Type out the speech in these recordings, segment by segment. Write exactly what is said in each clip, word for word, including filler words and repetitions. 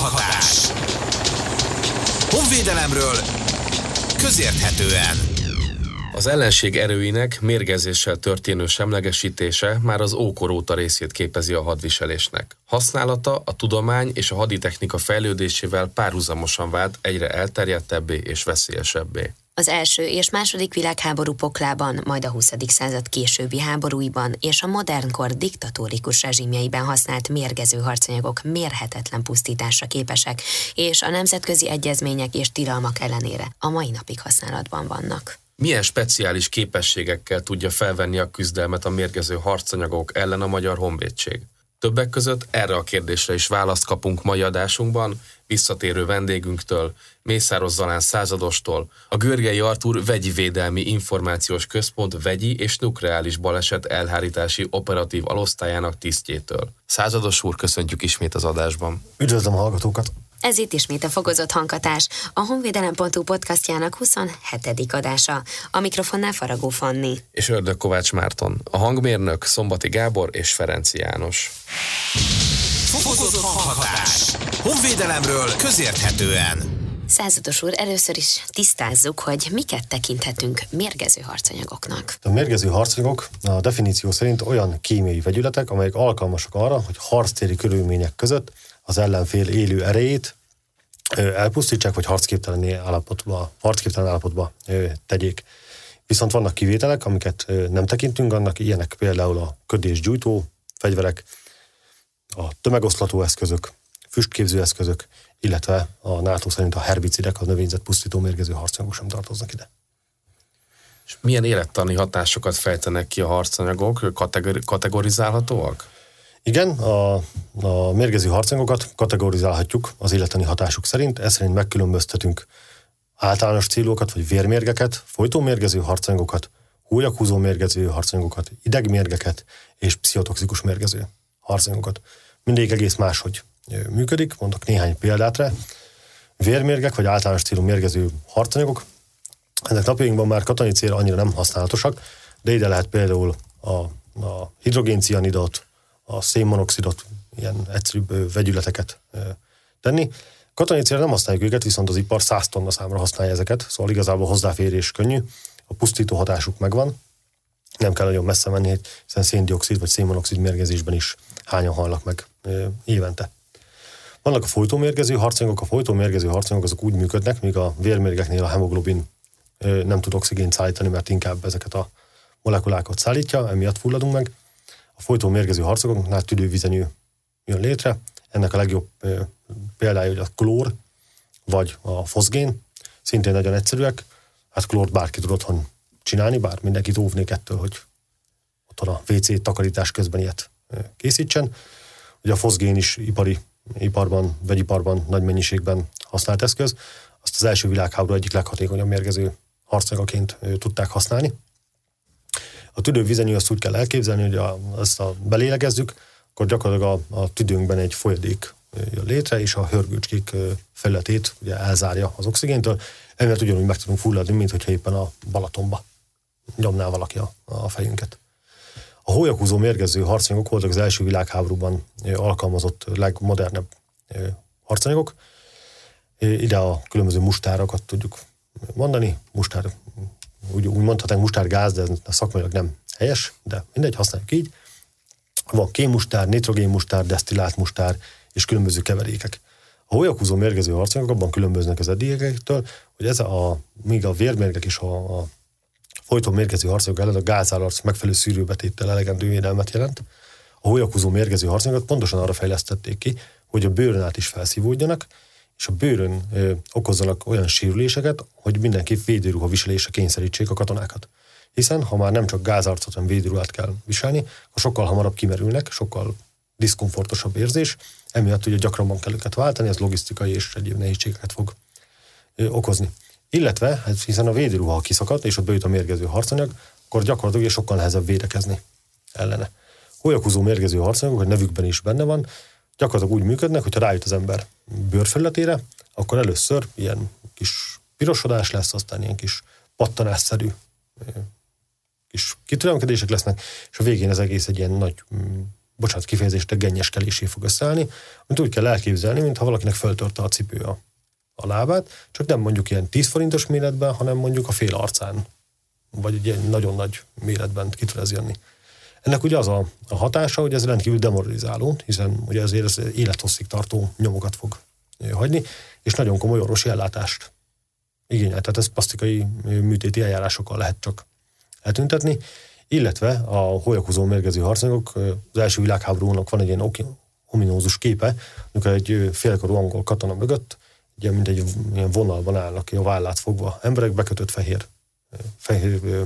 Hanghatás. Honvédelemről közérthetően. Az ellenség erőinek mérgezéssel történő semlegesítése már az ókor óta részét képezi a hadviselésnek. Használata a tudomány és a haditechnika fejlődésével párhuzamosan vált egyre elterjedtebbé és veszélyesebbé. Az első és második világháború poklában, majd a huszadik század későbbi háborúiban és a modern kor diktatórikus rezsimjeiben használt mérgező harcanyagok mérhetetlen pusztításra képesek, és a nemzetközi egyezmények és tilalmak ellenére a mai napig használatban vannak. Milyen speciális képességekkel tudja felvenni a küzdelmet a mérgező harcanyagok ellen a Magyar Honvédség? Többek között erre a kérdésre is választ kapunk mai adásunkban, visszatérő vendégünktől, Mészáros Zalán századostól, a Görgei Artúr Vegyi Védelmi Információs Központ vegyi és nukleáris baleset elhárítási operatív alosztályának tisztjétől. Százados úr, köszöntjük ismét az adásban. Üdvözlöm a hallgatókat! Ez itt ismét a Fokozott Hanghatás, a honvédelem pont hu podcastjának huszonhetedik adása. A mikrofonnál Faragó Fanni. És Ördög Kovács Márton. A hangmérnök Szombati Gábor és Ferenci János. Fokozott Hanghatás. Honvédelemről közérthetően. Százados úr, először is tisztázzuk, hogy miket tekinthetünk mérgező harcanyagoknak. A mérgező harcanyagok a definíció szerint olyan kémiai vegyületek, amelyek alkalmasak arra, hogy harctéri körülmények között az ellenfél élő erejét elpusztítsák, vagy harcképtelen állapotba, harcképtelen állapotba tegyék. Viszont vannak kivételek, amiket nem tekintünk annak, ilyenek például a ködésgyújtó fegyverek, a tömegoszlató eszközök, füstképző eszközök, illetve a NATO szerint a herbicidek, a növényzet pusztító mérgező harcanyagok sem tartoznak ide. És milyen élettani hatásokat fejtenek ki a harcanyagok? Kategori- kategorizálhatóak? Igen, a, a mérgező harcanyagokat kategorizálhatjuk az élettani hatásuk szerint. Ez szerint megkülönböztetünk általános célokat, vagy vérmérgeket, folytómérgező harcanyagokat, hólyakhúzó mérgező harcanyagokat, idegmérgeket és pszichotoxikus mérgező harcanyagokat. Mindegyik egész máshogy működik, mondok néhány példát rá. Vérmérgek vagy általános célú mérgező harcanyagok, ezek napjainkban már katonai célra annyira nem használatosak, de ide lehet például a, a hidrogéncianidot, a szénmonoxidot, ilyen egyszerűbb vegyületeket tenni. Katonai célra nem használjuk őket, viszont az ipar száz tonna számra használja ezeket, szóval igazából hozzáférés könnyű, a pusztító hatásuk megvan, nem kell nagyon messze menni, hiszen széndioxid vagy szénmonoxid mérgezésben is hányan halnak meg évente. Vannak a folytómérgező harcanyagok, a folytómérgező harcanyagok azok úgy működnek, míg a vérmérgeknél a hemoglobin nem tud oxigént szállítani, mert inkább ezeket a molekulákat szállítja, emiatt fulladunk meg. A folytómérgező harcanyagoknál tüdővizenyő jön létre, ennek a legjobb példája, hogy a klór vagy a foszgén, szintén nagyon egyszerűek, hát klórt bárki tud otthon csinálni, bár mindenkit óvnék ettől, hogy otthon a vé cé takarítás közben ilyet készítsen. Ugye a foszgén is ipari, iparban, vegyiparban nagy mennyiségben használt eszköz, azt az első világháború egyik leghatékonyabb mérgező harcanyagaként tudták használni. A tüdővizenyő azt úgy kell elképzelni, hogy a, ezt a belélegezzük, akkor gyakorlatilag a, a tüdőnkben egy folyadék jön létre, és a hörgőcskék felületét ugye elzárja az oxigéntől, emiatt ugyanúgy meg tudunk fulladni, mint hogyha éppen a Balatonba nyomná valaki a, a fejünket. A hólyakhúzó mérgező harcanyagok voltak az első világháborúban alkalmazott legmodernebb harcanyagok. Ide a különböző mustárakat tudjuk mondani. Mustár, úgy, úgy mondhatnánk mustárgáz, de ez szakmailag nem helyes, de mindegy, használjuk így. Van kémmustár, nitrogénmustár, desztillált mustár és különböző keverékek. A hólyakhúzó mérgező harcanyagok abban különböznek az eddigiektől, hogy ez a, míg a vérmérgek és a, a folytó mérgező harcanyagok ellen a gázállarc megfelelő szűrőbetéttel elegendő védelmet jelent. A hólyakhúzó mérgező harcanyagokat pontosan arra fejlesztették ki, hogy a bőrön át is felszívódjanak, és a bőrön ö, okozzanak olyan sérüléseket, hogy mindenképp védőruha viselésre kényszerítsék a katonákat. Hiszen, ha már nem csak gázarcot, hanem védőruhát kell viselni, akkor sokkal hamarabb kimerülnek, sokkal diszkomfortosabb érzés, emiatt ugye gyakrabban kell őket váltani, ez logisztikai és egyéb nehézségeket fog ö, okozni. Illetve, hiszen a védőruha ha kiszakadt, és ott bejut a mérgező harcanyag, akkor gyakorlatilag sokkal nehezebb védekezni ellene. Hólyakhúzó mérgező harcanyagok, hogy nevükben is benne van, gyakorlatilag úgy működnek, hogyha rájut az ember bőrfelületére, akkor először ilyen kis pirosodás lesz, aztán ilyen kis pattanásszerű kis kitüremkedések lesznek, és a végén az egész egy ilyen nagy bocsánat, kifejezést, gennyeskelésé fog összeállni, amit úgy kell elképzelni, mintha valakinek föltörte a cipő a, a lábát, csak nem mondjuk ilyen tíz forintos méretben, hanem mondjuk a fél arcán, vagy egy ilyen nagyon nagy méretben ki tud ez jönni. Ennek ugye az a, a hatása, hogy ez rendkívül demoralizáló, hiszen ugye ezért ez élethosszig tartó nyomokat fog hagyni, és nagyon komoly orvosi ellátást igényel. Tehát ez plasztikai műtéti eljárásokkal lehet csak eltüntetni, illetve a holyakozó mérgező harcanyagok, az első világháborúnak van egy ilyen ominózus képe, amikor egy félkorú angol katona mögött, ugye mint egy ilyen vonalban állnak, a vállát fogva emberek bekötött fehér, fehér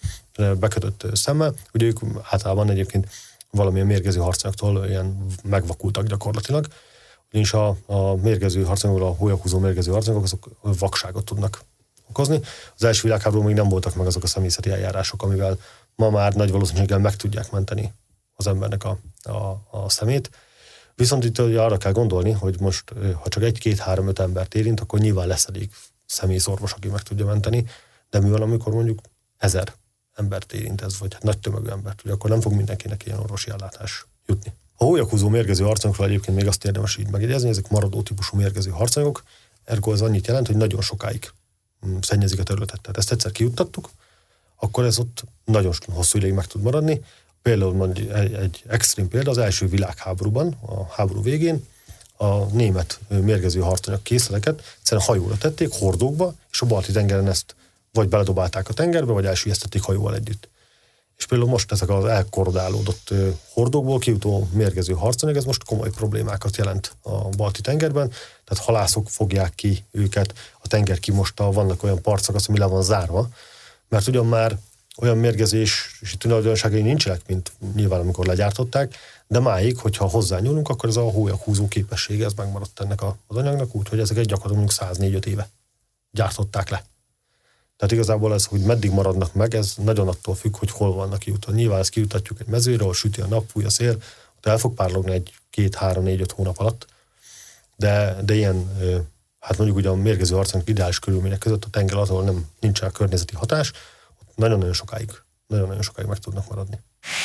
bekötött szemmel. Ugye ők általában egyébként valamilyen mérgező harcanyagtól ilyen megvakultak gyakorlatilag, ugyanis a, a mérgező harcanyagok, a holyakozó mérgező harcanyagok, azok vakságot tudnak okozni. Az első világháború még nem voltak meg azok a személyzeti eljárások, amivel ma már nagy valószínűséggel meg tudják menteni az embernek a, a, a szemét. Viszont itt arra kell gondolni, hogy most, ha csak egy-két-három-öt embert érint, akkor nyilván lesz elég személyszorvos, aki meg tudja menteni, de mi van, amikor mondjuk ezer embert érint ez, vagy hát nagy tömegű embert, ugye akkor nem fog mindenkinek ilyen orvosi ellátás jutni. A holyakozó mérgező harcanyagokról egyébként még azt érdemes így megjegyezni, ezek maradó típusú mérgező harcanyagok, ergo az annyit jelent, hogy nagyon sokáig szennyezik a területet. Tehát ezt egyszer kijuttattuk, akkor ez ott nagyon hosszú ideig meg tud maradni. Például egy, egy extrém példa, az első világháborúban, a háború végén a német mérgező harcanyag készleteket egyszerűen hajóra tették, hordókba, és a balti tengeren ezt vagy beledobálták a tengerbe, vagy elsüllyesztették hajóval együtt. És például most ezek az elkorodálódott hordókból kijutó mérgező harcanyag, ez most komoly problémákat jelent a balti tengerben, tehát halászok fogják ki őket, a tenger kimosta, vannak olyan partszakasz, ami le van zárva, mert ugyan már olyan mérgezési tulajdonságai nincsenek, mint nyilván amikor legyártották, de máig, hogyha hozzányúlunk, akkor ez a hólyaghúzó képessége, ez megmaradt ennek az anyagnak, úgyhogy ezeket gyakorlatilag száz négy-öt éve gyártották le. Tehát igazából ez, hogy meddig maradnak meg, ez nagyon attól függ, hogy hol vannak kijutva. Nyilván ezt kijutatjuk egy mezőre, ahol süti a nap, fúj a szél, ott el fog párologni egy két, három, négy, öt hónap alatt, de, de ilyen, hát mondjuk ugye a mérgező harcanyag ideális körülmények között a tenger alatt, ahol nem nincsen környezeti hatás, ott nagyon-nagyon sokáig, nagyon-nagyon sokáig meg tudnak maradni.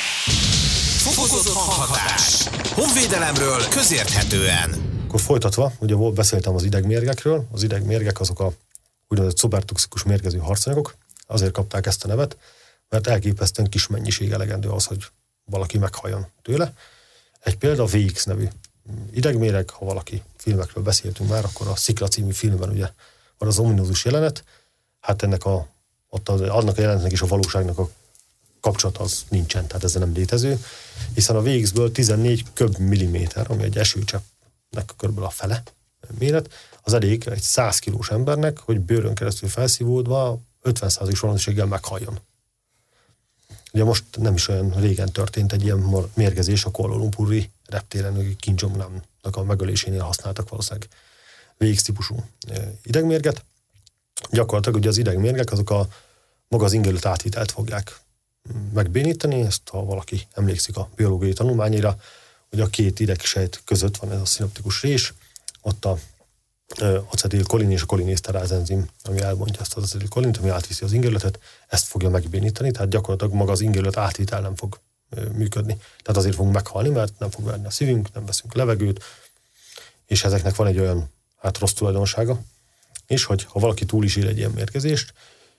Fokozott hanghatás. Honvédelemről közérthetően. Akkor folytatva, ugye beszéltem az idegmérgekről, az idegmérgek azok a úgynevezett szupertoxikus mérgező harcanyagok, azért kapták ezt a nevet, mert elképesztően kis mennyiség elegendő az, hogy valaki meghalljon tőle. Egy példa a vé iksz nevű idegméreg, ha valaki filmekről beszéltünk már, akkor a Szikla című filmben ugye van az ominózus jelenet, hát ennek a, ott az, annak a jelenetnek és a valóságnak a kapcsolat az nincsen, tehát ez nem létező, hiszen a vé iksz-ből tizennégy köbmilliméter, ami egy esőcseppnek körülbelül a fele méret, az elég egy száz kilós embernek, hogy bőrön keresztül felszívódva ötven százalékos valószínűséggel meghalljon. Ugye most nem is olyan régen történt egy ilyen mérgezés a Kuala Lumpuri reptéren, hogy Kim Jong-namnak a megölésénél használtak valószínűleg vé iksz típusú idegmérget. Gyakorlatilag ugye az idegmérgek azok a maga az ingerült átvitelt fogják megbénítani, ezt ha valaki emlékszik a biológiai tanulmányira, hogy a két idegsejt között van ez a szinaptikus rés, ott a acetilkolin és a kolinészteráz enzim, ami elbontja ezt az acetilkolint, ami átviszi az ingerületet, ezt fogja megbénítani, tehát gyakorlatilag maga az ingerület átvitel nem fog működni. Tehát azért fogunk meghalni, mert nem fog verni a szívünk, nem veszünk levegőt, és ezeknek van egy olyan hát rossz tulajdonsága, és hogy ha valaki túl is él egy ilyen mérgezést,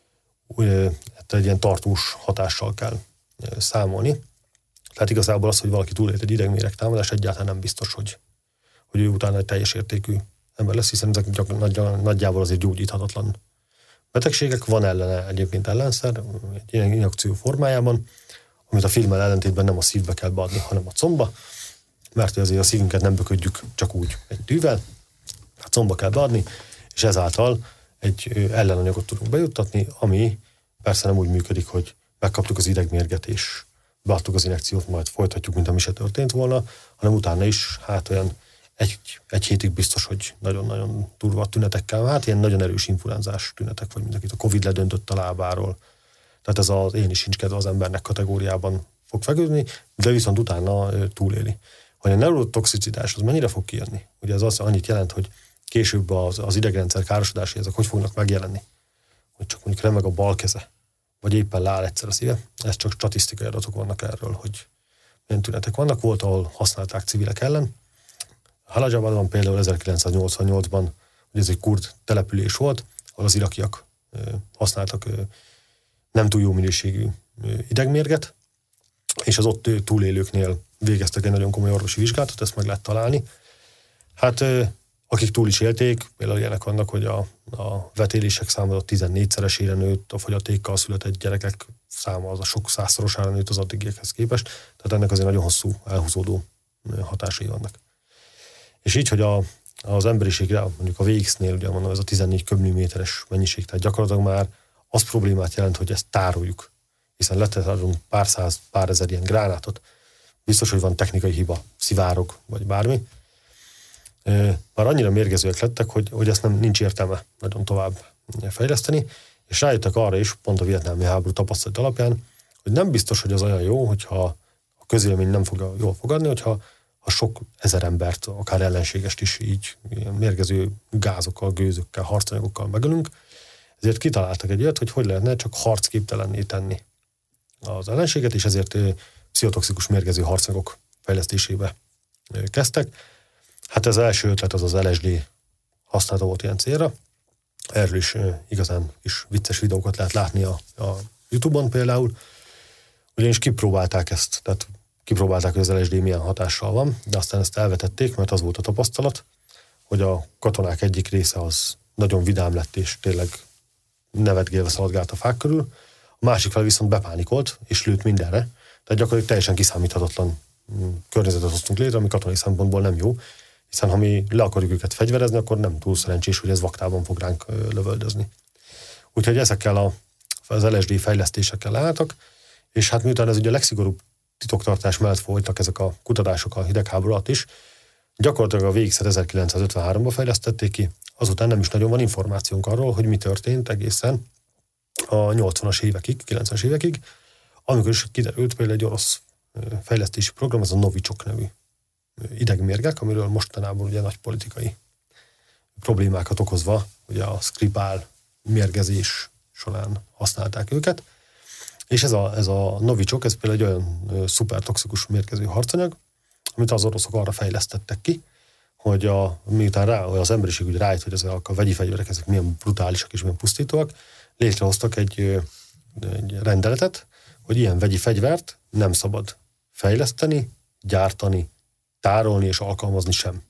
egy ilyen tartós hatással kell számolni. Tehát igazából az, hogy valaki túlélt egy idegméreg támadás, egyáltalán nem biztos, hogy, hogy ő utána egy teljes értékű ember lesz, hiszen ezek gyak, nagyjából azért gyógyíthatatlan betegségek. Van ellene egyébként ellenszer, egy ilyen injekció formájában, amit a filmmel ellentétben nem a szívbe kell beadni, hanem a combba, mert azért a szívünket nem böködjük csak úgy egy tűvel, a combba kell beadni, és ezáltal egy ellenanyagot tudunk bejuttatni, ami persze nem úgy működik, hogy megkaptuk az idegmérget, és beadtuk az injekciót, majd folytatjuk, mint ami se történt volna, hanem utána is, hát olyan egy, egy hétig biztos, hogy nagyon-nagyon durva tünetekkel, hát ilyen nagyon erős influenzás tünetek, vagy mindenkit a Covid ledöntött a lábáról. Tehát ez az én is sincs kedve az embernek kategóriában fog feküdni, de viszont utána túléli. Hogy a neurotoxicitás az mennyire fog kijönni? Ugye ez az annyit jelent, hogy később az, az idegrendszer károsodásai ezek hogy fognak megjelenni? Hogy csak mondjuk remeg a bal keze, vagy éppen leáll egyszer a szíve. Ez csak statisztikai adatok vannak erről, hogy ilyen tünetek vannak. Volt, ahol használták civilek ellen. Haladzsabadban például ezerkilencszáznyolcvannyolcban, hogy ez egy kurd település volt, ahol az irakiak használtak nem túl jó minőségű idegmérget, és az ott túlélőknél végeztek egy nagyon komoly orvosi vizsgálatot, ezt meg lehet találni. Hát akik túl is élték, például ilyenek vannak, hogy a, a vetélések száma tizennégyszeresére nőtt, a fogyatékkal született gyerekek száma az a sok százszorosára nőtt az addigiekhez képest, tehát ennek azért nagyon hosszú, elhúzódó hatásai vannak. És így, hogy a, az emberiségre, mondjuk a vé iksz-nél, ugye mondom, ez a tizennégy köbmilliméteres mennyiség, tehát gyakorlatilag már az problémát jelent, hogy ezt tároljuk, hiszen letetadunk pár száz, pár ezer ilyen gránátot, biztos, hogy van technikai hiba, szivárog, vagy bármi. Már annyira mérgezőek lettek, hogy, hogy ezt nem, nincs értelme nagyon tovább fejleszteni, és rájöttek arra is, pont a vietnámi háború tapasztalat alapján, hogy nem biztos, hogy az olyan jó, hogyha a közvélemény nem fogja jól fogadni, hogyha ha sok ezer embert, akár ellenségest is így ilyen mérgező gázokkal, gőzökkel, harcanyagokkal megölünk. Ezért kitaláltak egy olyat, hogy hogy lehetne csak harcképtelenné tenni az ellenséget, és ezért pszichotoxikus mérgező harcanyagok fejlesztésébe kezdtek. Hát ez az első ötlet az az el es dé használata volt ilyen célra. Erről is igazán is vicces videókat lehet látni a, a YouTube-on például. Ugyanis kipróbálták ezt, tehát kipróbálták, hogy az el es dé milyen hatással van, de aztán ezt elvetették, mert az volt a tapasztalat, hogy a katonák egyik része az nagyon vidám lett, és tényleg nevetgélve szaladgált a fák körül, a másik fel viszont bepánikolt, és lőtt mindenre. Tehát gyakorlatilag teljesen kiszámíthatatlan környezetet hoztunk létre, ami katonai szempontból nem jó, hiszen ha mi le akarjuk őket fegyverezni, akkor nem túl szerencsés, hogy ez vaktában fog ránk lövöldözni. Úgyhogy ezekkel a, az el es dé fejlesztésekkel álltak, és hát miután ez ugye a legszigorúbb titoktartás mellett folytak ezek a kutatások a hidegháború alatt is, gyakorlatilag a vé iksz-et ezerkilencszázötvenháromban fejlesztették ki, azután nem is nagyon van információnk arról, hogy mi történt egészen a nyolcvanas évekig, kilencvenes évekig, amikor is kiderült például egy orosz fejlesztési program, ez a Novichok nevű idegmérgek, amiről mostanában ugye nagy politikai problémákat okozva, ugye a Skripal mérgezés során használták őket. És ez a, ez a Novichok, ez például egy olyan szupertoxikus mérgező harcanyag, amit az oroszok arra fejlesztettek ki, hogy a, miután rá, az emberiség úgy rájött, hogy ezek a vegyi fegyverek, ezek milyen brutálisak és milyen pusztítóak, létrehoztak egy, egy rendeletet, hogy ilyen vegyi fegyvert nem szabad fejleszteni, gyártani, tárolni és alkalmazni sem.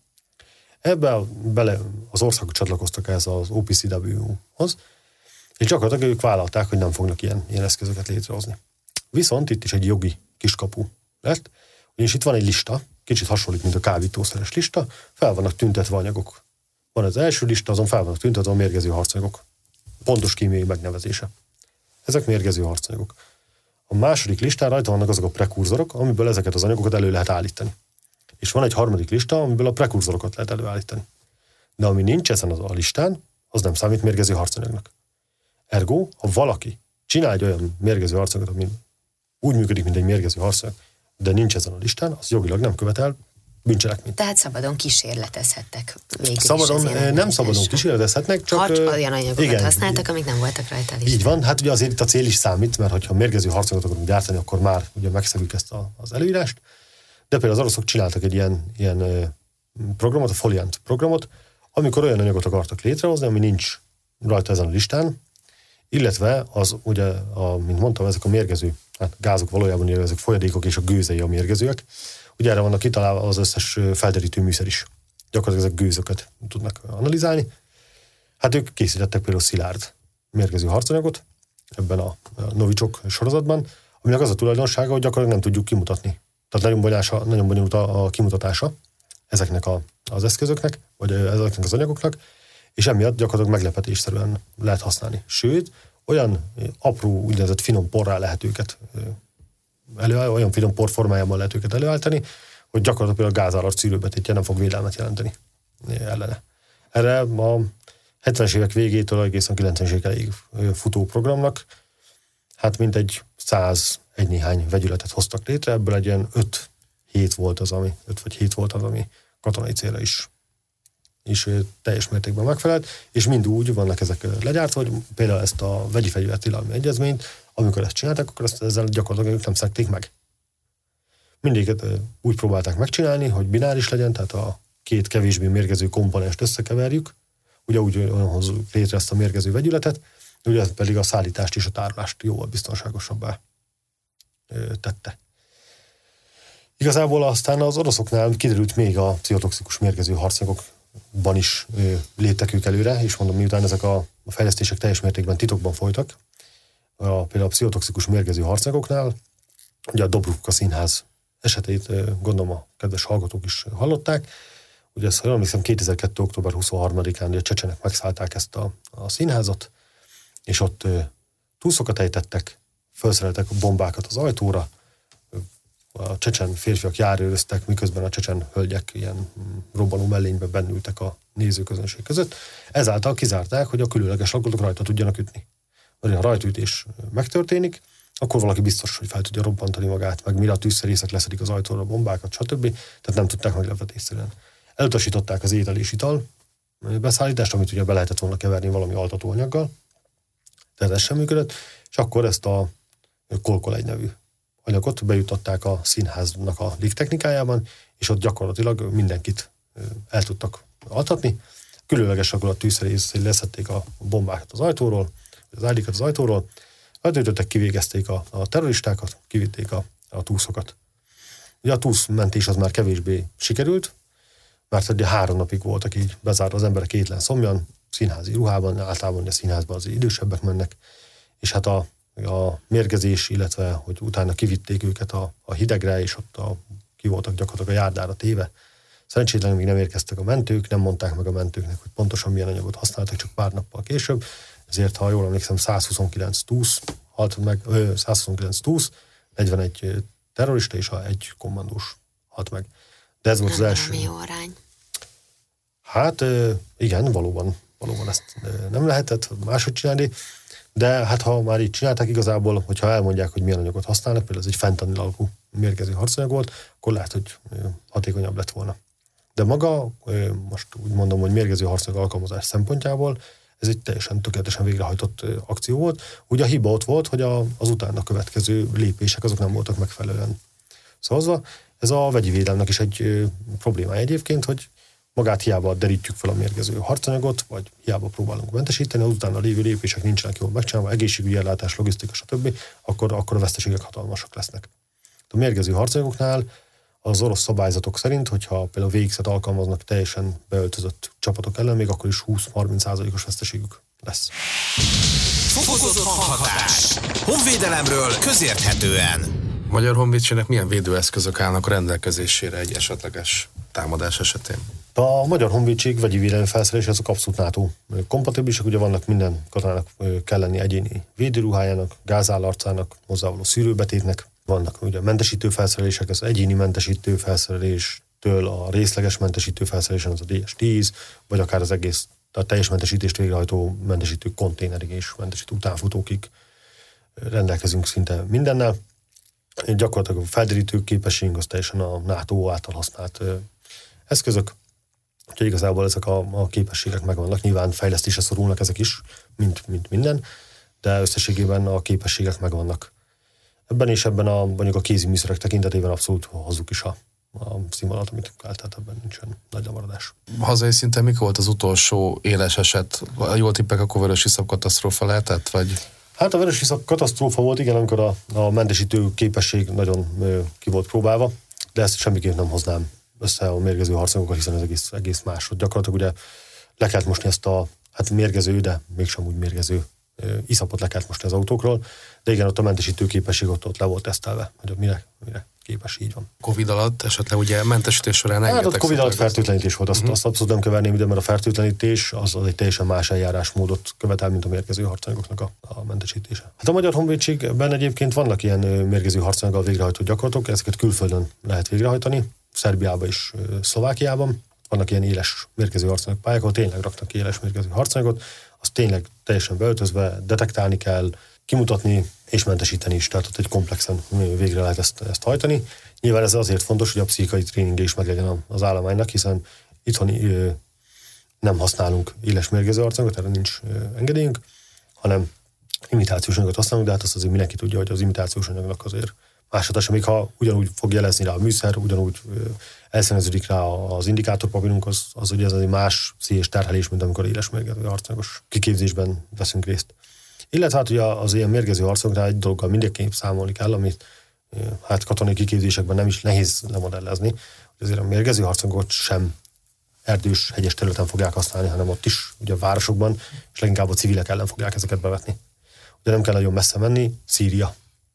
Ebben bele az országok csatlakoztak ez az o pé cé dupla vé-hoz, és gyakorlatilag ők vállalták, hogy nem fognak ilyen, ilyen eszközöket létrehozni. Viszont itt is egy jogi kiskapu lett, ugyanis itt van egy lista, kicsit hasonlít, mint a kábítószeres lista, fel vannak tüntetve anyagok. Van az első lista, azon fel vannak tüntetve a mérgező harcanyagok. Pontos kémiai megnevezése. Ezek mérgező harcanyagok. A második listán rajta vannak azok a prekurzorok, amiből ezeket az anyagokat elő lehet állítani. És van egy harmadik lista, amiből a prekurzorokat lehet előállítani. De ami nincs ezen a listán, az nem számít mérgező harcanyagnak. Ergo, ha valaki csinál egy olyan mérgező harcanyagot, ami úgy működik, mint egy mérgező harcanyag, de nincs ezen a listán, az jogilag nem követel bűncselekményt. Tehát szabadon kísérletezhettek. Szabadon, nem szabadon kísérletezhetnek, csak... Harc, olyan anyagokat igen, használtak, amik nem voltak rajta a listán. Így van, hát ugye azért itt a cél is számít, mert hogyha mérgező harcanyagot akarunk gyártani, akkor már ugye megszegjük ezt a, az előírást. De például az oroszok csináltak egy ilyen, ilyen programot, a Foliant programot, amikor olyan anyagot akartak létrehozni, ami nincs rajta ezen a listán, illetve az ugye, a, mint mondtam, ezek a mérgező hát gázok valójában ezek folyadékok és a gőzei a mérgezőek. Ugye erre vannak kitalálva az összes felderítő műszer is. Gyakorlatilag ezek gőzöket tudnak analizálni. Hát ők készítettek például szilárd mérgező harcanyagot ebben a Novichok sorozatban, aminek az a tulajdonsága, hogy gyakorlatilag nem tudjuk kimutatni. Tehát nagyon bonyolult, nagyon bonyolult a, a kimutatása ezeknek a, az eszközöknek, vagy ezeknek az anyagoknak, és emiatt gyakorlatilag meglepetésszerűen lehet használni. Sőt, olyan apró, úgynevezett finom porrá lehet őket előállítani, olyan finom por formájában lehet őket előállítani, hogy gyakorlatilag például a gázállat szűrőbetétje nem fog védelmet jelenteni ellene. Erre a hetvenes évek végétől egészen kilencvenes évekig futó programnak, hát mintegy száz egy néhány vegyületet hoztak létre, ebből egy ilyen öt hét volt az, ami, öt vagy hét volt az, ami katonai célra is, is teljes mértékben megfelelt, és mind úgy vannak ezek legyártva, hogy például ezt a vegyi fegyvertilalmi egyezményt, amikor ezt csinálták, akkor ezt ezzel gyakorlatilag ők nem szekték meg. Mindéket úgy próbálták megcsinálni, hogy bináris legyen, tehát a két kevésbé mérgező komponenst összekeverjük, ugye úgy hozzuk létre ezt a mérgező vegyületet, ugye pedig a szállítást és a tárolást jóval biztonságosabbá tette. Igazából aztán az oroszoknál kiderült még a pszichotoxikus mérgező harcanyagokban is léptek ők előre, és mondom, miután ezek a fejlesztések teljes mértékben titokban folytak, a, például a pszichotoxikus mérgező harcanyagoknál, ugye a Dobruvka színház esetét gondolom a kedves hallgatók is hallották. Ugye ezt, ha jól emlékszem, kétezer-kettő. október huszonharmadikán a csecsenek megszállták ezt a, a színházat, és ott túszokat ejtettek, felszereltek bombákat az ajtóra, a csecsen férfiak járőröztek, miközben a csecsen hölgyek ilyen robbanó mellénybe bennültek a nézőközönség között. Ezáltal kizárták, hogy a különleges lakotok rajta tudjanak ütni. Mert ha rajtaütés megtörténik, akkor valaki biztos, hogy fel tudja robbantani magát, meg mire a tűzszerészek leszedik az ajtóra a bombákat, stb. Tehát nem tudták meglepetésszerűen. Elutasították az étel és ital beszállítást, amit ugye be lehetett volna keverni valami altatóanyaggal, tehát ez sem működött, és akkor ezt a kolkolegy nevű anyagot bejutották a színháznak a légtechnikájában, és ott gyakorlatilag mindenkit el tudtak altatni. Különleges akkor a tűzszerészek leszették a bombákat az ajtóról, az ágylikat az ajtóról, eltöltöttek, kivégezték a, a terroristákat, kivitték a, a túszokat. Ugye a túszmentés az már kevésbé sikerült, mert ugye három napig voltak így bezárva az emberek étlen szomjan, színházi ruhában, általában a színházban az idősebbek mennek, és hát a, a mérgezés, illetve hogy utána kivitték őket a, a hidegre, és ott a, ki voltak gyakorlatilag a járdára téve. Szerencsétlenül még nem érkeztek a mentők, nem mondták meg a mentőknek, hogy pontosan milyen anyagot használtak, csak pár nappal később. Ezért, ha jól emlékszem, százhuszonkilenc túsz halt meg, ö, százhuszonkilenc túsz, negyvenegy terrorista és egy kommandós halt meg. De ez volt az első. Nem jó arány. Hát igen, valóban, valóban ezt nem lehetett máshogy csinálni, de hát ha már így csinálták igazából, hogyha elmondják, hogy milyen anyagot használnak, például ez egy fentanil alapú mérgező harcanyag volt, akkor lehet, hogy hatékonyabb lett volna. De maga, most úgy mondom, hogy mérgező harcanyag alkalmazás szempontjából ez egy teljesen tökéletesen végrehajtott akció volt. Ugye a hiba ott volt, hogy a, az utána következő lépések azok nem voltak megfelelően szavazva. Ez a vegyi védelemnek is egy ö, problémája egyébként, hogy magát hiába derítjük fel a mérgező harcanyagot, vagy hiába próbálunk mentesíteni, az utána lévő lépések nincsenek jól megcsinálva, egészségügyi ellátás, logisztika, stb., akkor, akkor a veszteségek hatalmasak lesznek. A mérgező harcanyagoknál az orosz szabályzatok szerint, hogyha például vé iksz-et alkalmaznak teljesen beöltözött csapatok ellen, még akkor is húsz-harminc százalékos veszteségük lesz. Fokozott hanghatás. Honvédelemről közérthetően. Magyar Honvédségnek milyen védőeszközök állnak a rendelkezésére egy esetleges támadás esetén? A Magyar Honvédség vegyi védelmi felszerelések azok abszolút NATO kompatibilisek, ugye vannak minden katonának kell lenni egyéni védőruhájának, gázállarcának, hozzávaló szűrőbetétnek, vannak ugye mentesítő felszerelések, az egyéni mentesítő felszereléstől a részleges mentesítő felszerelésen, az a dé es tíz, vagy akár az egész, a teljes mentesítést végrehajtó mentesítő konténerig és mentesítő utánfutókig rendelkezünk szinte mindennel. Gyakorlatilag a felderítő képességünk az teljesen a NATO által használt eszközök. Úgyhogy igazából ezek a, a képességek megvannak. Nyilván fejlesztésre szorulnak ezek is, mint, mint minden, de összességében a képességek megvannak. Ebben és ebben a, mondjuk a kézi műszerek tekintetében abszolút hozzuk is a, a színvonalat, amit kell, tehát ebben nincsen nagy lemaradás. Hazai szinten mikor volt az utolsó éles eset? Jól tippek, akkor vörösiszap katasztrófa lehetett, vagy... Hát a vörösiszap katasztrófa volt, igen, amikor a, a mentesítő képesség nagyon ö, ki volt próbálva, de ezt semmiképp nem hoznám össze a mérgező harcanyagokkal, hiszen ez egész, egész más. Gyakorlatilag ugye le kellett mosni ezt a, hát mérgező, de mégsem úgy mérgező ö, iszapot le kellett mosni az autókról, de igen, ott a mentesítő képesség ott, ott le volt tesztelve, hogy mire, mire képes, így van. Covid alatt esetleg ugye mentesítés során hát ott Covid alatt az... fertőtlenítés volt, azt, uh-huh. azt abszolút nem keverném ide, mert a fertőtlenítés az, az egy teljesen más eljárásmódot követel, mint a mérgező harcanyagoknak a, a mentesítése. Hát a Magyar Honvédségben egyébként vannak ilyen mérgező harcanyaggal végrehajtó gyakorlatok, ezeket külföldön lehet végrehajtani, Szerbiában és Szlovákiában. Vannak ilyen éles mérgező harcanyag pályák, ahol tényleg raknak éles mérgező harcanyagot, azt tényleg teljesen beöltözve detektálni kell, kimutatni és mentesíteni is, tehát ott egy komplexen végre lehet ezt, ezt hajtani. Nyilván ez azért fontos, hogy a pszichikai tréningje is meglegyen az állománynak, hiszen itthon ö, nem használunk éles mérgező harcanyagot, erre nincs ö, engedélyünk, hanem imitációs anyagot használunk, de hát azt azért mindenki tudja, hogy az imitációs anyagnak azért másodlagos, még ha ugyanúgy fog jelezni rá a műszer, ugyanúgy elszíneződik rá az indikátorpapírunk, az, az ugye ez egy más szíves terhelés, mint amikor éles mérgező harcanyagos kiképzésben veszünk részt. Illetve hát ugye az ilyen mérgező harcanyagoknál egy dologgal mindenképp számolni kell, amit hát katonai kiképzésekben nem is nehéz lemodellezni, hogy azért a mérgező harcanyagokat sem erdős, hegyes területen fogják használni, hanem ott is, ugye a városokban, és leginkább a civilek ellen fogják ezeket bevetni. Ugye nem kell nagyon messze menni, Szíria.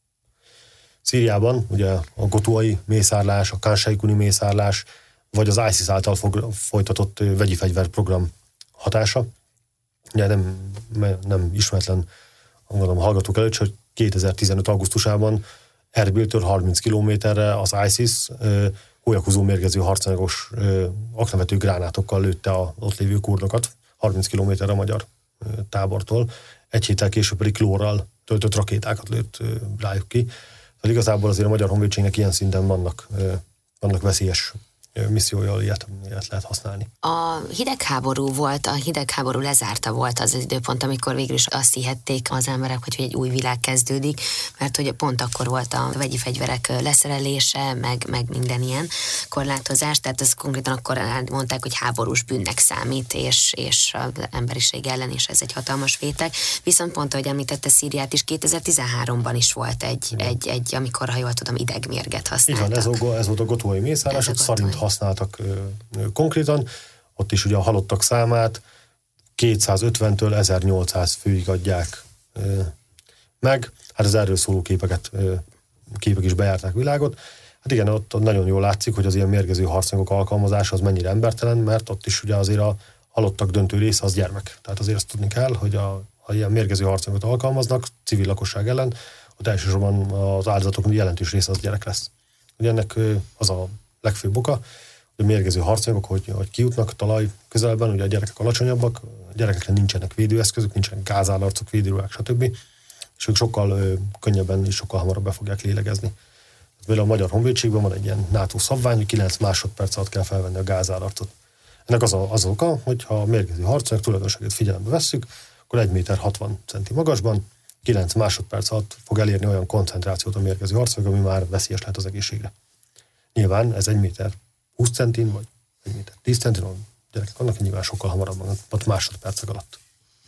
Szíriában ugye a gotuai mészárlás, a Kánsáikuni mészárlás, vagy az ISIS által fog, folytatott vegyi fegyverprogram hatása. Ugye nem, nem ismeretlen, gondolom, hallgatók előtt, hogy kétezer-tizenöt augusztusában Erbiltől harminc kilométerre az ISIS hólyakhúzó mérgező harcanyagos aknavető gránátokkal lőtte a ott lévő kurdokat, harminc kilométerre a magyar tábortól. Egy héttel később pedig klórral töltött rakétákat lőtt rájuk ki. Tehát igazából azért a Magyar Honvédségnek ilyen szinten vannak, vannak veszélyes missziója, ilyet, ilyet lehet használni. A hidegháború volt, a hidegháború lezárta volt az, az időpont, amikor végül is azt hihették az emberek, hogy egy új világ kezdődik, mert hogy pont akkor volt a vegyi fegyverek leszerelése, meg, meg minden ilyen korlátozás, tehát ez konkrétan akkor mondták, hogy háborús bűnnek számít, és, és az emberiség ellen is ez egy hatalmas vétek. Viszont pont, ahogy említette Szíriát is, kétezer-tizenháromban is volt egy, egy, egy, amikor, ha jól tudom, idegmérget használtak. Így van, ez, a, ez volt a gotuai mészárlás, ott szarint használtak ö, ö, konkrétan, ott is ugye a halottak számát kétszázötventől ezernyolcszáz főig adják ö, meg. Hát az erről szóló képeket, ö, képek is bejárták világot. Hát igen, ott nagyon jól látszik, hogy az ilyen mérgező harcanyagok alkalmazása az mennyire embertelen, mert ott is ugye azért a halottak döntő része az gyermek. Tehát azért azt tudni kell, hogy a, ha ilyen mérgező harcanyagot alkalmaznak civil lakosság ellen, ott elsősorban az áldozatok jelentős része az gyerek lesz. Ugye ennek ö, az a legfőbb oka, hogy a mérgező harcanyagok, hogy, hogy kijutnak talaj közelben, ugye a gyerekek alacsonyabbak, a gyerekekre nincsenek védőeszközök, nincsenek gázállarcok, védőruhák, stb. És ők sokkal ö, könnyebben és sokkal hamarabb be fogják lélegezni. Például a Magyar Honvédségben van egy ilyen NATO szabvány, hogy kilenc másodperc alatt kell felvenni a gázállarcot. Ennek az a, az oka, hogy ha a mérgező harcanyag tulajdonságát figyelembe vesszük, akkor egy méter hatvan centi magasban, kilenc másodperc alatt fog elérni olyan koncentrációt a mérgező harcanyag, ami már veszélyes lehet az egészségre. Nyilván ez egy méter húsz centin, vagy egy méter tíz centin, a gyerekek vannak, nyilván sokkal hamarabb, ott másodpercek alatt.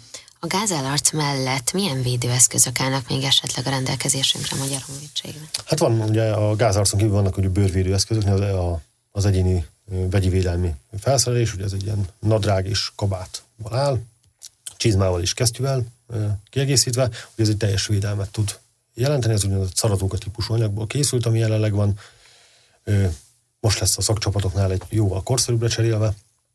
A gázállarc mellett milyen védőeszközök állnak még esetleg a rendelkezésünkre a Magyar Honvédségben? Hát van, ugye a gázállarcon kívül vannak ugye bőrvédőeszközök, az, az egyéni vegyi védelmi felszerelés, ugye ez egy ilyen nadrág és kabátból áll, csizmával és kesztyűvel kiegészítve, hogy ez egy teljes védelmet tud jelenteni, ez úgynevezett szaratóka típusú anyagból készült, ami jelenleg van. Most lesz a szakcsapatoknál egy jóval korszerűbbre cserélve,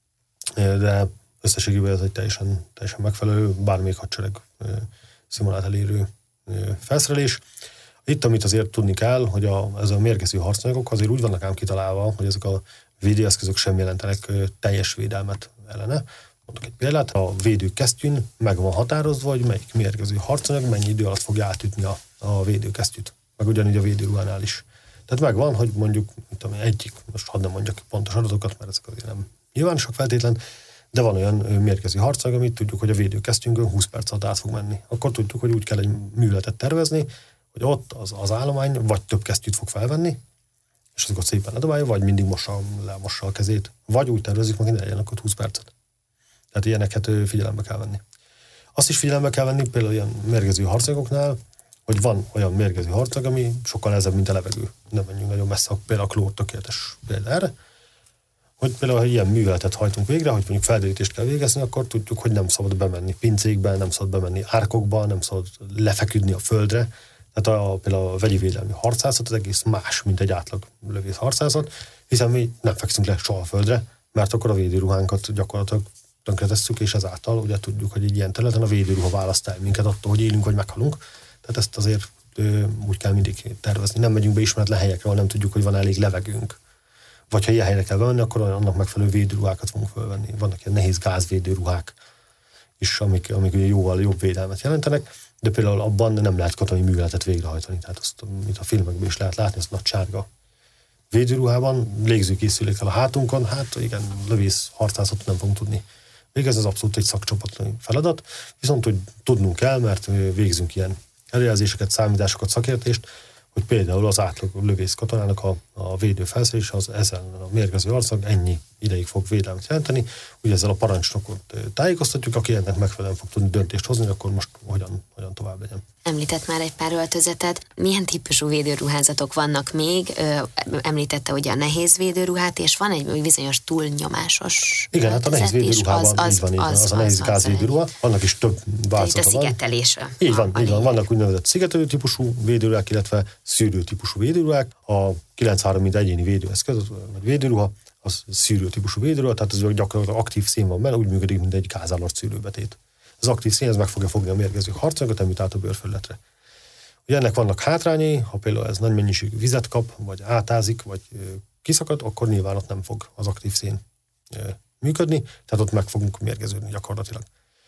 de összességében ez egy teljesen, teljesen megfelelő, bármelyik hadsereg szimulát elérő felszerelés. Itt, amit azért tudni kell, hogy a, ez a mérgező harcanyagok azért úgy vannak ám kitalálva, hogy ezek a védőeszközök sem jelentenek teljes védelmet ellene. Mondok egy példát, a védőkesztyűn meg van határozva, hogy melyik mérgező harcanyag mennyi idő alatt fogja átütni a, a védőkesztyűt. Meg ugyanígy a védőruhánál is. Tehát megvan, hogy mondjuk, mit tudom, egyik, most hadd nem mondjak pontos adatokat, mert ezek azért nem nyilvánosak feltétlen, de van olyan mérgező harcanyag, amit tudjuk, hogy a védőkesztyünkön húsz perc alatt át fog menni. Akkor tudjuk, hogy úgy kell egy műveletet tervezni, hogy ott az, az állomány vagy több kesztyűt fog felvenni, és azokat szépen ledobálja, vagy mindig mossa, lemossa a kezét, vagy úgy tervezik, hogy ne legyen akkor húsz percet. Tehát ilyeneket figyelembe kell venni. Azt is figyelembe kell venni, például ilyen mérgező harcanyagoknál, hogy van olyan mérgező harcanyag, ami sokkal nehezebb, mint a levegő. Nem menjünk nagyon messze, például a klór tökéletes példa erre. Hogy például, ha ilyen műveletet hajtunk végre, hogy mondjuk felderítést kell végezni, akkor tudjuk, hogy nem szabad bemenni pincékbe, nem szabad bemenni árkokba, nem szabad lefeküdni a földre. Tehát a, például a vegyi védelmi harcászat az egész más, mint egy átlag lövész harcászat, hiszen mi nem fekszünk le soha a földre, mert akkor a védőruhánkat gyakorlatilag tönkretesszük, és ezáltal ugye tudjuk, hogy egy ilyen területen a védőruha választ el minket attól, hogy élünk vagy meghalunk. Tehát ezt azért ö, úgy kell mindig tervezni. Nem megyünk be ismeretlen helyekre, ahol nem tudjuk, hogy van elég levegőnk. Vagy ha ilyen helyre kell bemenni, akkor annak megfelelő védőruhákat fogunk fölvenni. Vannak ilyen nehéz gázvédőruhák is, amik, amik ugye jóval jobb védelmet jelentenek, de például abban nem lehet katonai műveletet végrehajtani. Tehát azt, amit a filmekben is lehet látni, az nagy sárga védőruhában, légzőkészülékkel a hátunkon, hát igen, lövész harcászatot nem fogunk tudni. Még ez az abszolút egy szakcsapat feladat, viszont hogy tudnunk kell, mert végzünk ilyen előjelzéseket, számításokat, szakértést, hogy például az átlag lövész katonának a, a védőfelszerelés az ezen a mérgező harcnak ennyi ideig fog védelmet jelenteni. Ugye ezzel a parancsnokot tájékoztatjuk, aki ennek megfelelően fog tudni döntést hozni, akkor most hogyan, hogyan tovább legyen. Említett már egy pár öltözetet. Milyen típusú védőruházatok vannak még? Említette ugye a nehéz védőruhát, és van egy bizonyos túlnyomásos. Igen, hát a nehéz védőruhában az, az, így van, így van, az, az a nehéz gázvédőruha. Vannak is több változata van. A szigetelés. Így van, így van. Vannak úgynevezett szigetelő típusú védőruhák, illetve szűrő típusú védőruhák. A kilenc három mint egyéni védőeszköz, vagy védőruha, az szűrő típusú védőruha, tehát ez gyakorlatilag aktív szín van benne, úgy működik, mint egy gázállat szűrőbetét. Az aktív szín, ez meg fogja fogni a mérgező harcanyagot, említ át a bőrfelületre. Ugye ennek vannak hátrányai, ha például ez nagy mennyiségű vizet kap, vagy átázik, vagy kiszakad, akkor nyilván ott nem fog az aktív szín működni, tehát ott meg fogunk mérgeződni gyakorlatilag.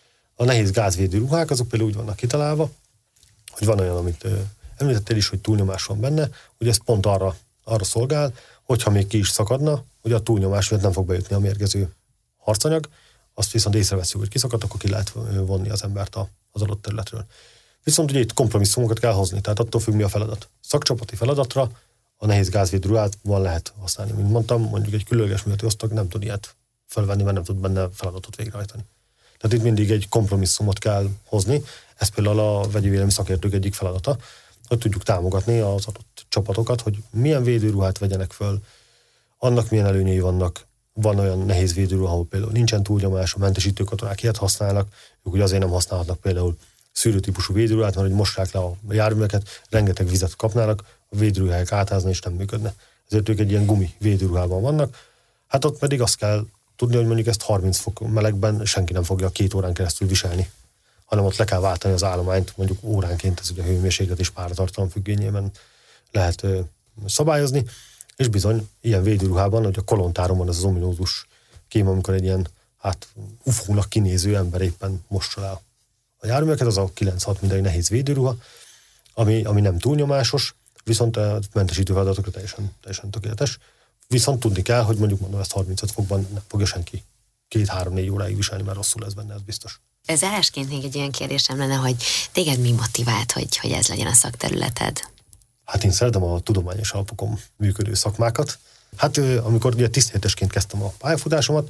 A nehéz gázvédő ruhák, azok például úgy vannak kitalálva, hogy van olyan, amit említettél is, hogy túlnyomás van benne, ugye ez pont arra, arra szolgál, hogyha még ki is szakadna, ugye a túlnyomás miatt nem fog bejutni a mérgező harcanyag, azt viszont észreveszünk, hogy kiszakadt, akkor ki lehet vonni az embert az adott területről. Viszont ugye itt kompromisszumokat kell hozni, tehát attól függ, mi a feladat. Szakcsapati feladatra a nehéz gázvédő ruhát van lehet használni. Mint mondtam, mondjuk egy különleges műveleti osztag nem tud ilyet felvenni, mert nem tud benne feladatot végrehajtani. Tehát itt mindig egy kompromisszumot kell hozni. Ez például a vegyi védelmi szakértők egyik feladata, hogy tudjuk támogatni az adott csapatokat, hogy milyen védőruhát vegyenek föl, annak milyen előnyei vannak. Van olyan nehéz védőruha, ahol például nincsen túlnyomás, a mentesítő katonák ilyet használnak, ők ugye azért nem használhatnak például szűrőtípusú védőruhát, mert hogy mossák le a járműveket, rengeteg vizet kapnának, a védőruhák átázni és nem működne. Ezért ők egy ilyen gumi védőruhában vannak. Hát ott pedig azt kell tudni, hogy mondjuk ezt harminc fok melegben senki nem fogja két órán keresztül viselni, hanem ott le kell váltani az állományt, mondjuk óránként, ez ugye a hőmérséklet és páratartalom függvényében lehet ö, szabályozni, és bizony ilyen védőruhában, hogy a kolontáron van ez az ominózus kém, amikor egy ilyen hát ufónak kinéző ember éppen mossa le a járműveket, az a kilenc hat mint egy nehéz védőruha, ami, ami nem túlnyomásos, viszont a mentesítő feladatokra teljesen, teljesen tökéletes. Viszont tudni kell, hogy mondjuk mondom, ezt harmincöt fokban nem fogja senki két-három-négy óráig viselni, mert rosszul lesz benne, ez biztos. Zárásként még egy olyan kérdésem lenne, hogy téged mi motivált, hogy, hogy ez legyen a szakterületed? Hát én szeretem a tudományos alapokon működő szakmákat. Hát amikor ugye tiszthelyettesként kezdtem a pályafutásomat,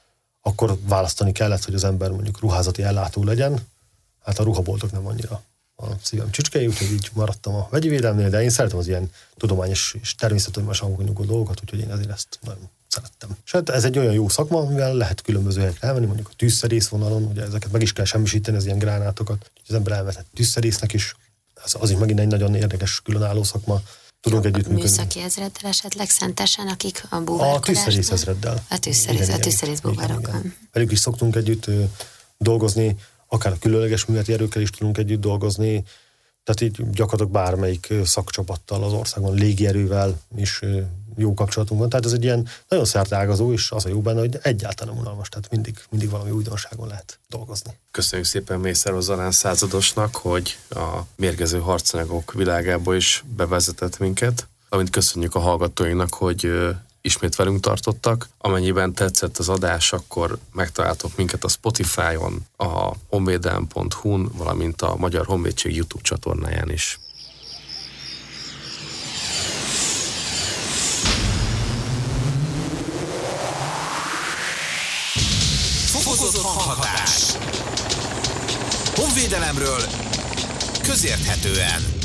akkor választani kellett, hogy az ember mondjuk ruházati ellátó legyen. Hát a ruhaboltok nem annyira a szívem csücskei, úgyhogy így maradtam a vegyi védelmnél, de én szeretem az ilyen tudományos és természettudományos alapokon nyugodó dolgokat, úgyhogy én ezért ezt nagyon szerettem. És hát ez egy olyan jó szakma, amivel lehet különböző helyekre elmenni, mondjuk a tűzszerész vonalon, ugye ezeket meg is kell semmisíteni, az ilyen gránátokat, az ember elvetett tűzszerésznek is. Ez az is megint egy nagyon érdekes, különálló szakma. Tudunk együttműködni. Műszaki ezreddel esetleg szentesen, akik a búvárkodásnál? A tűzszerész ezreddel. A tűzszerész, igen, a tűzszerész búvárokkal. Velük is szoktunk együtt ö, dolgozni, akár a különleges műveleti erőkkel is tudunk együtt dolgozni, tehát így gyakorlatilag bármelyik szakcsapattal az országban, légierővel is ö, jó kapcsolatunk van. Tehát ez egy ilyen nagyon szerteágazó, és az a jó benne, hogy egyáltalán nem unalmas, tehát mindig, mindig valami újdonságon lehet dolgozni. Köszönjük szépen Mészáros Zalán századosnak, hogy a mérgező harcanyagok világába is bevezetett minket, amint köszönjük a hallgatóinak, hogy ö, ismét velünk tartottak. Amennyiben tetszett az adás, akkor megtaláltok minket a Spotify-on, a honvédelem pont hu-n, valamint a Magyar Honvédség YouTube csatornáján is. Fokozott hanghatás. Honvédelemről közérthetően.